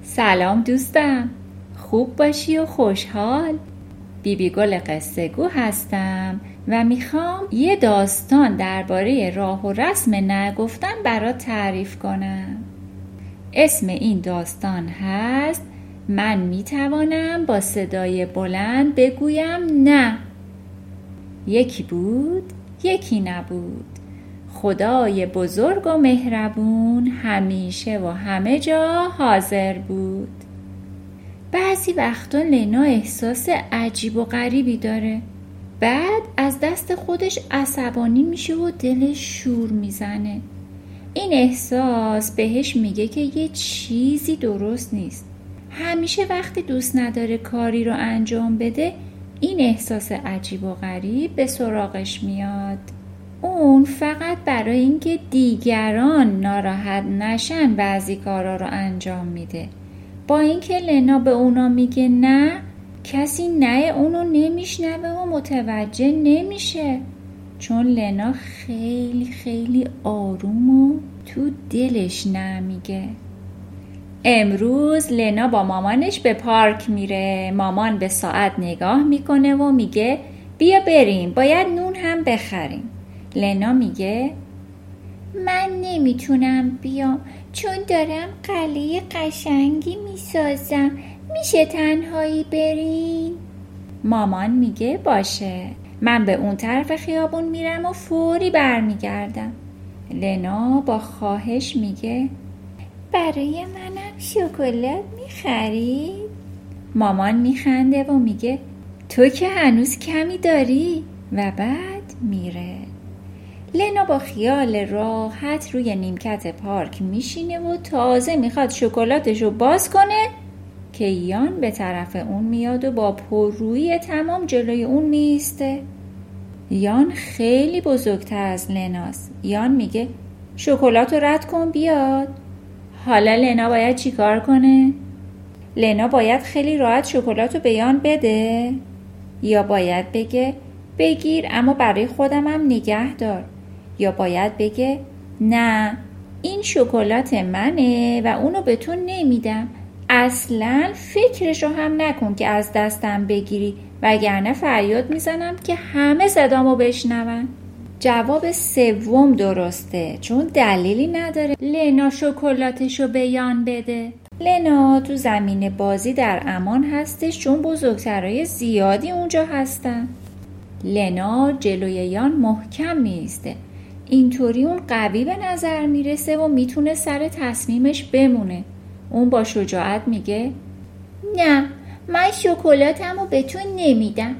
سلام دوستم، خوب باشی و خوشحال. بیبی گل قصه گو هستم و میخوام یه داستان درباره راه و رسم نگفتن برات تعریف کنم. اسم این داستان هست من میتوانم با صدای بلند بگویم نه. یکی بود، یکی نبود. خدای بزرگ و مهربون همیشه و همه جا حاضر بود. بعضی وقتا لنا احساس عجیب و غریبی داره. بعد از دست خودش عصبانی میشه و دلش شور میزنه. این احساس بهش میگه که یه چیزی درست نیست. همیشه وقتی دوست نداره کاری رو انجام بده، این احساس عجیب و غریب به سراغش میاد. اون فقط برای اینکه دیگران ناراحت نشن بعضی کارا رو انجام میده. با اینکه لنا به اونا میگه نه، کسی نه اونو نمیشنوه و متوجه نمیشه، چون لنا خیلی خیلی آروم و تو دلش نه میگه. امروز لنا با مامانش به پارک میره. مامان به ساعت نگاه میکنه و میگه بیا بریم، باید نون هم بخریم. لنا میگه من نمیتونم بیام چون دارم قلعه قشنگی میسازم، میشه تنهایی بریم؟ مامان میگه باشه، من به اون طرف خیابون میرم و فوری برمیگردم. لنا با خواهش میگه برای منم شکلات میخری؟ مامان میخنده و میگه تو که هنوز کمی داری، و بعد میره. لنا با خیال راحت روی نیمکت پارک میشینه و تازه میخواد شکلاتشو باز کنه که یان به طرف اون میاد و با پررویی تمام جلوی اون میسته. یان خیلی بزرگتر از لناست. یان میگه شکلاتو رد کن بیاد. حالا لنا باید چی کار کنه؟ لنا باید خیلی راحت شکلاتو به یان بده؟ یا باید بگه بگیر اما برای خودم هم نگه دار؟ یا باید بگه نه این شکلات منه و اونو به تو نمیدم، اصلاً فکرشو هم نکن که از دستم بگیری وگرنه فریاد میزنم که همه صدامو بشنون؟ جواب سوم درسته، چون دلیلی نداره لنا شکلاتشو به یان بده. لنا تو زمین بازی در امان هستش چون بزرگترای زیادی اونجا هستن. لنا جلوی یان محکم میسته. اینطوری اون قوی به نظر میرسه و میتونه سر تصمیمش بمونه. اون با شجاعت میگه نه من شکلاتمو به تو نمیدم.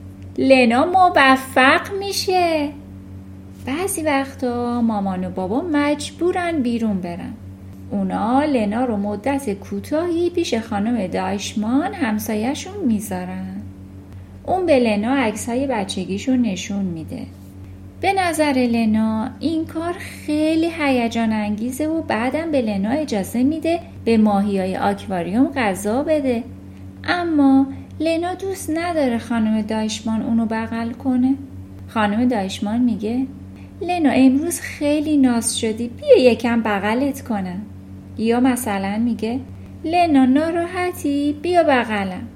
لنا موفق میشه. بعضی وقتا مامان و بابا مجبورن بیرون برن. اونا لنا رو مدت کوتاهی پیش خانم دایشمان همسایه‌شون میذارن. اون به لنا عکسای بچگیشو نشون میده. به نظر لنا این کار خیلی هیجان انگیزه و بعدم به لنا اجازه میده به ماهیای آکواریوم غذا بده. اما لنا دوست نداره خانم دایشمان اونو بغل کنه. خانم دایشمان میگه لنا امروز خیلی ناز شدی، بیا یکم بغلت کنم. یا مثلا میگه لنا ناراحتی، بیا بغلم.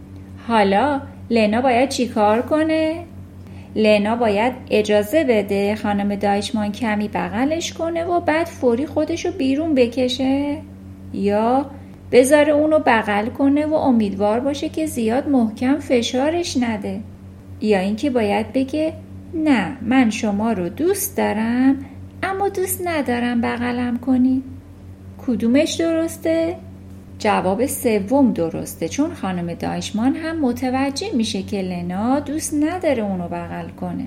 حالا لنا باید چی کار کنه؟ لنا باید اجازه بده خانم دایشمان کمی بغلش کنه و بعد فوری خودشو بیرون بکشه، یا بذاره اونو بغل کنه و امیدوار باشه که زیاد محکم فشارش نده، یا اینکه باید بگه نه من شما رو دوست دارم اما دوست ندارم بغلم کنی. کدومش درسته؟ جواب سوم درسته، چون خانم دایشمان هم متوجه میشه که لنا دوست نداره اونو بغل کنه.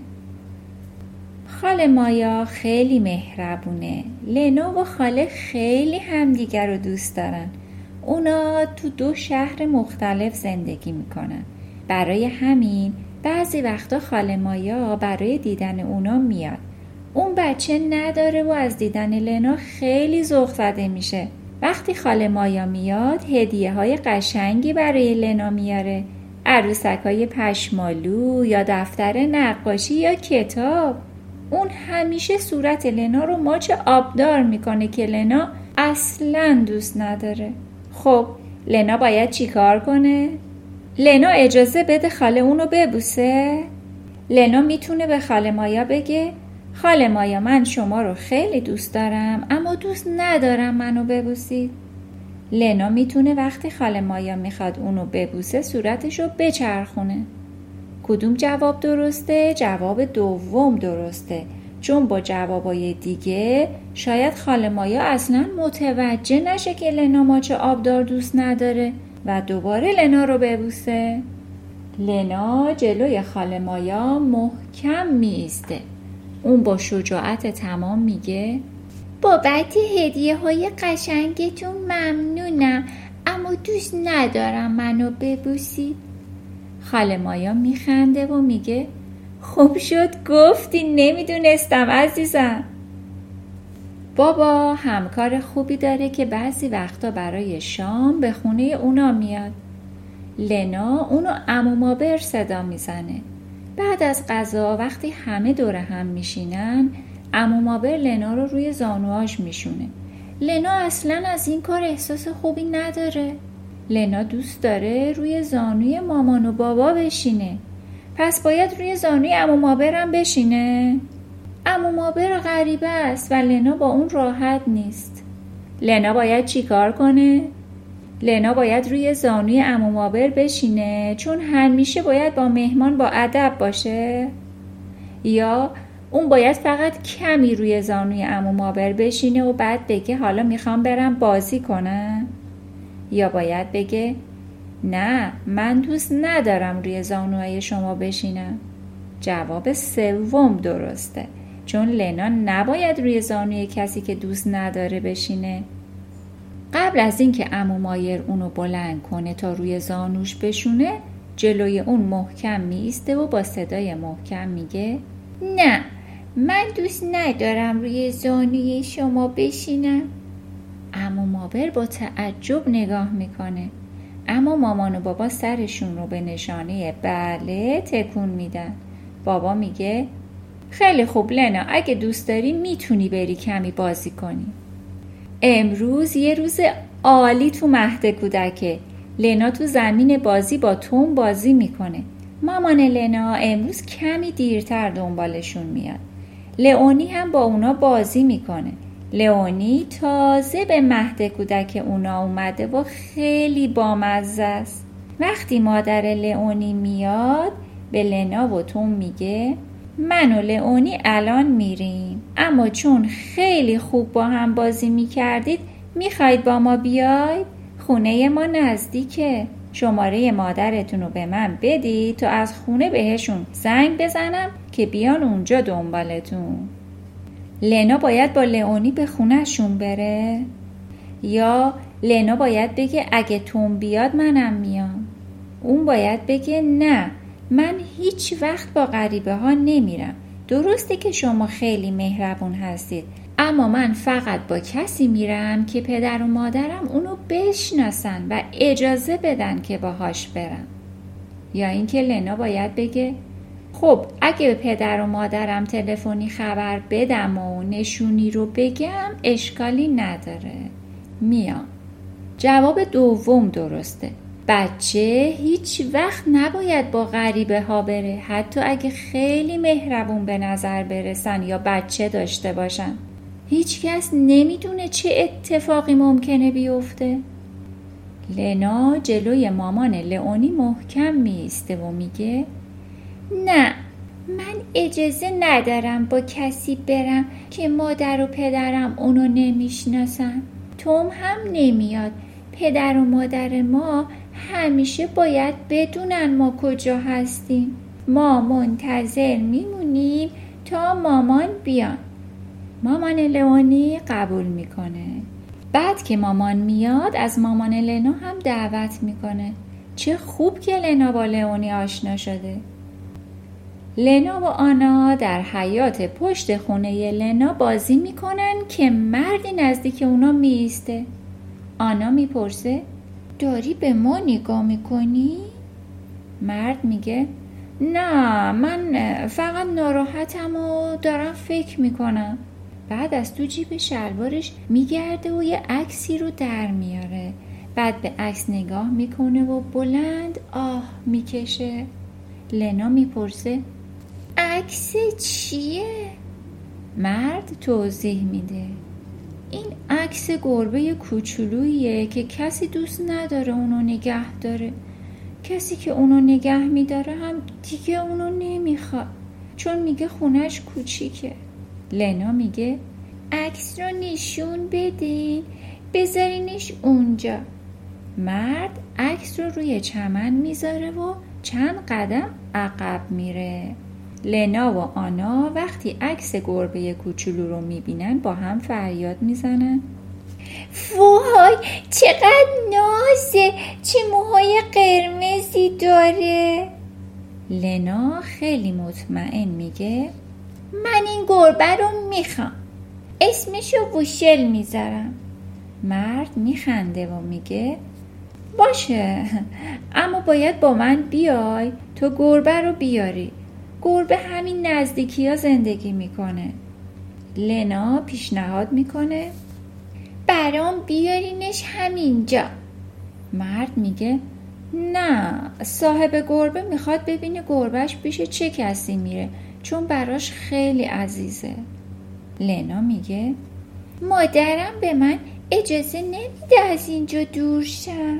خاله مایا خیلی مهربونه. لنا و خاله خیلی همدیگر رو دوست دارن. اونا تو 2 شهر مختلف زندگی میکنن. برای همین بعضی وقتا خاله مایا برای دیدن اونا میاد. اون بچه نداره و از دیدن لنا خیلی ذوق زده میشه. وقتی خاله مایا میاد هدیه های قشنگی برای لنا میاره. عروسک های پشمالو یا دفتر نقاشی یا کتاب. اون همیشه صورت لنا رو ماچ آبدار میکنه که لنا اصلاً دوست نداره. خب لنا باید چی کار کنه؟ لنا اجازه بده خاله اونو ببوسه؟ لنا میتونه به خاله مایا بگه خاله مایا من شما رو خیلی دوست دارم اما دوست ندارم منو ببوسید. لنا میتونه وقتی خاله مایا میخواد اونو ببوسه صورتشو بچرخونه. کدوم جواب درسته؟ جواب دوم درسته، چون با جوابای دیگه شاید خاله مایا اصلا متوجه نشه که لنا ماچ آبدار دوست نداره و دوباره لنا رو ببوسه. لنا جلوی خاله مایا محکم میایسته. اون با شجاعت تمام میگه بابت هدیه‌های قشنگتون ممنونم اما دوست ندارم منو ببوسید. خاله مایا میخنده و میگه خوب شد گفتی، نمیدونستم عزیزم. بابا همکار خوبی داره که بعضی وقتا برای شام به خونه اونا میاد. لنا اونو عمو مابر صدا میزنه. بعد از غذا وقتی همه دور هم میشینن عمو مابر لنا رو روی زانوهاش میشونه. لنا اصلا از این کار احساس خوبی نداره. لنا دوست داره روی زانوی مامان و بابا بشینه. پس باید روی زانوی عمو مابر هم بشینه؟ عمو مابر غریبه است و لنا با اون راحت نیست. لنا باید چی کار کنه؟ لنا باید روی زانوی عمو مابر بشینه چون همیشه باید با مهمان با ادب باشه؟ یا اون باید فقط کمی روی زانوی عمو مابر بشینه و بعد بگه حالا میخوام برم بازی کنم؟ یا باید بگه نه من دوست ندارم روی زانوهای شما بشینم؟ جواب سوم درسته، چون لنا نباید روی زانوی کسی که دوست نداره بشینه. قبل از اینکه عمو مایر اونو بلند کنه تا روی زانوش بشونه جلوی اون محکم میایسته و با صدای محکم میگه نه من دوست ندارم روی زانوی شما بشینم. عمو مابر با تعجب نگاه میکنه، اما مامان و بابا سرشون رو به نشانه بله تکون میدن. بابا میگه خیلی خوب لنا، اگه دوست داری میتونی بری کمی بازی کنی. امروز یه روز عالی تو مهد کودکه. لنا تو زمین بازی با توم بازی میکنه. مامان لنا امروز کمی دیرتر دنبالشون میاد. لئونی هم با اونا بازی میکنه. لئونی تازه به مهد کودک اونا اومده و خیلی بامزه است. وقتی مادر لئونی میاد به لنا و توم میگه من و لئونی الان میریم، اما چون خیلی خوب با هم بازی میکردید میخواید با ما بیاید؟ خونه ما نزدیکه. شماره مادرتون رو به من بدید تا از خونه بهشون زنگ بزنم که بیان اونجا دنبالتون. لنا باید با لئونی به خونهشون بره؟ یا لنا باید بگه اگه توم بیاد منم میام؟ اون باید بگه نه من هیچ وقت با غریبه ها نمیرم. درسته که شما خیلی مهربون هستید اما من فقط با کسی میرم که پدر و مادرم اونو بشناسن و اجازه بدن که باهاش برم. یا اینکه لنا باید بگه خب اگه به پدر و مادرم تلفنی خبر بدم و نشونی رو بگم اشکالی نداره، میام. جواب دوم درسته. بچه هیچ وقت نباید با غریبه ها بره، حتی اگه خیلی مهربون به نظر برسن یا بچه داشته باشن. هیچ کس نمیدونه چه اتفاقی ممکنه بیفته. لنا جلوی مامان لئونی محکم میایسته و میگه نه من اجازه ندارم با کسی برم که مادر و پدرم اونو نمیشناسن. توم هم نمیاد. پدر و مادر ما همیشه باید بدونن ما کجا هستیم. ما منتظر میمونیم تا مامان بیان. مامان لئونی قبول میکنه. بعد که مامان میاد از مامان لنا هم دعوت میکنه. چه خوب که لنا با لئونی آشنا شده. لنا و آنا در حیاط پشت خونه لنا بازی میکنن که مردی نزدیک اونا میایسته. آنا میپرسه داری به ما نگاه میکنی؟ مرد میگه نه من فقط ناراحتم و دارم فکر میکنم. بعد از تو جیب شلوارش میگرده و یه عکسی رو در میاره. بعد به عکس نگاه میکنه و بلند آه میکشه. لنا میپرسه عکس چیه؟ مرد توضیح میده این عکس گربه کوچولوییه که کسی دوست نداره اونو نگه داره. کسی که اونو نگه میداره هم دیگه اونو نمیخواد، چون میگه خونش کوچیکه. لنا میگه عکس رو نشون بدین، بذارینش اونجا. مرد عکس رو روی چمن میذاره و چند قدم عقب میره. لنا و آنا وقتی عکس گربه کوچولو رو میبینن با هم فریاد میزنن وای چقدر نازه، چه موهای قرمزی داره. لنا خیلی مطمئن میگه من این گربه رو میخوام، اسمشو ووشل میذارم. مرد میخنده و میگه باشه، اما باید با من بیای تو گربه رو بیاری. گربه همین نزدیکی ها زندگی میکنه. لنا پیشنهاد میکنه برام بیارینش همینجا. مرد میگه نه، صاحب گربه میخواد ببینه گربهش پیش چه کسی میره، چون براش خیلی عزیزه. لنا میگه مادرم به من اجازه نمیده از اینجا دور شم.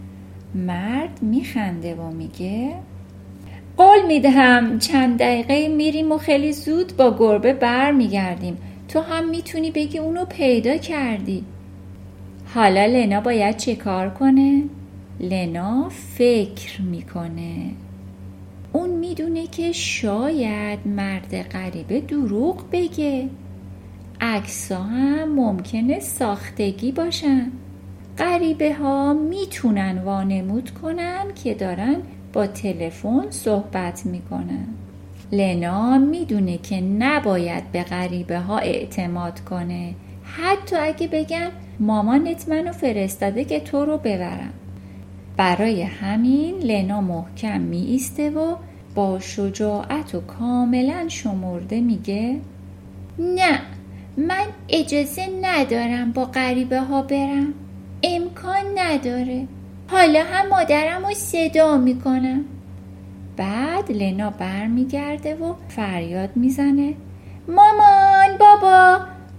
مرد میخنده و میگه قول میدهم چند دقیقه میریم و خیلی زود با گربه بر میگردیم. تو هم میتونی بگی اونو پیدا کردی. حالا لنا باید چه کار کنه؟ لنا فکر میکنه. اون میدونه که شاید مرد غریبه دروغ بگه. عکس‌ها هم ممکنه ساختگی باشن. غریبه ها میتونن وانمود کنن که دارن با تلفن صحبت میکنن. لنا میدونه که نباید به غریبه ها اعتماد کنه، حتی اگه بگن مامانت منو فرستاده که تو رو ببرم. برای همین لنا محکم می ایسته و با شجاعت و کاملا شمرده میگه نه، من اجازه ندارم با غریبه ها برم، امکان نداره. حالا هم مادرم رو صدا میکنم. بعد لنا بر میگرده و فریاد میزنه مامان، بابا.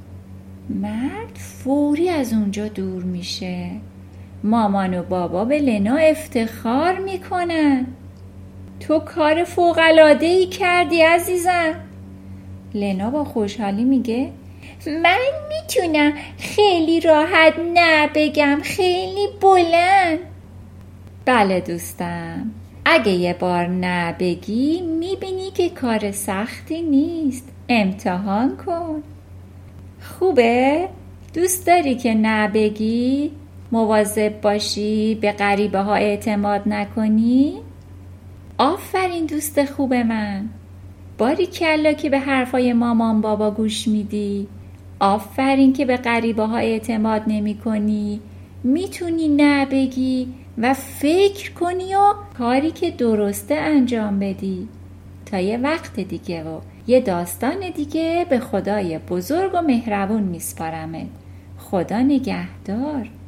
مرد فوری از اونجا دور میشه. مامان و بابا به لنا افتخار میکنن. تو کار فوق‌العاده‌ای کردی عزیزم. لنا با خوشحالی میگه من میتونم خیلی راحت نه بگم، خیلی بلند. بله دوستم، اگه یه بار نه بگی میبینی که کار سختی نیست. امتحان کن. خوبه؟ دوست داری که نه بگی؟ مواظب باشی به غریبه ها اعتماد نکنی؟ آفرین دوست خوب من. باریکلا که به حرفای مامان بابا گوش میدی. آفرین که به غریبه ها اعتماد نمی کنی. میتونی نه بگی و فکر کنی و کاری که درسته انجام بدی. تا یه وقت دیگه و یه داستان دیگه به خدای بزرگ و مهربون میسپارمت. خدا نگهدار.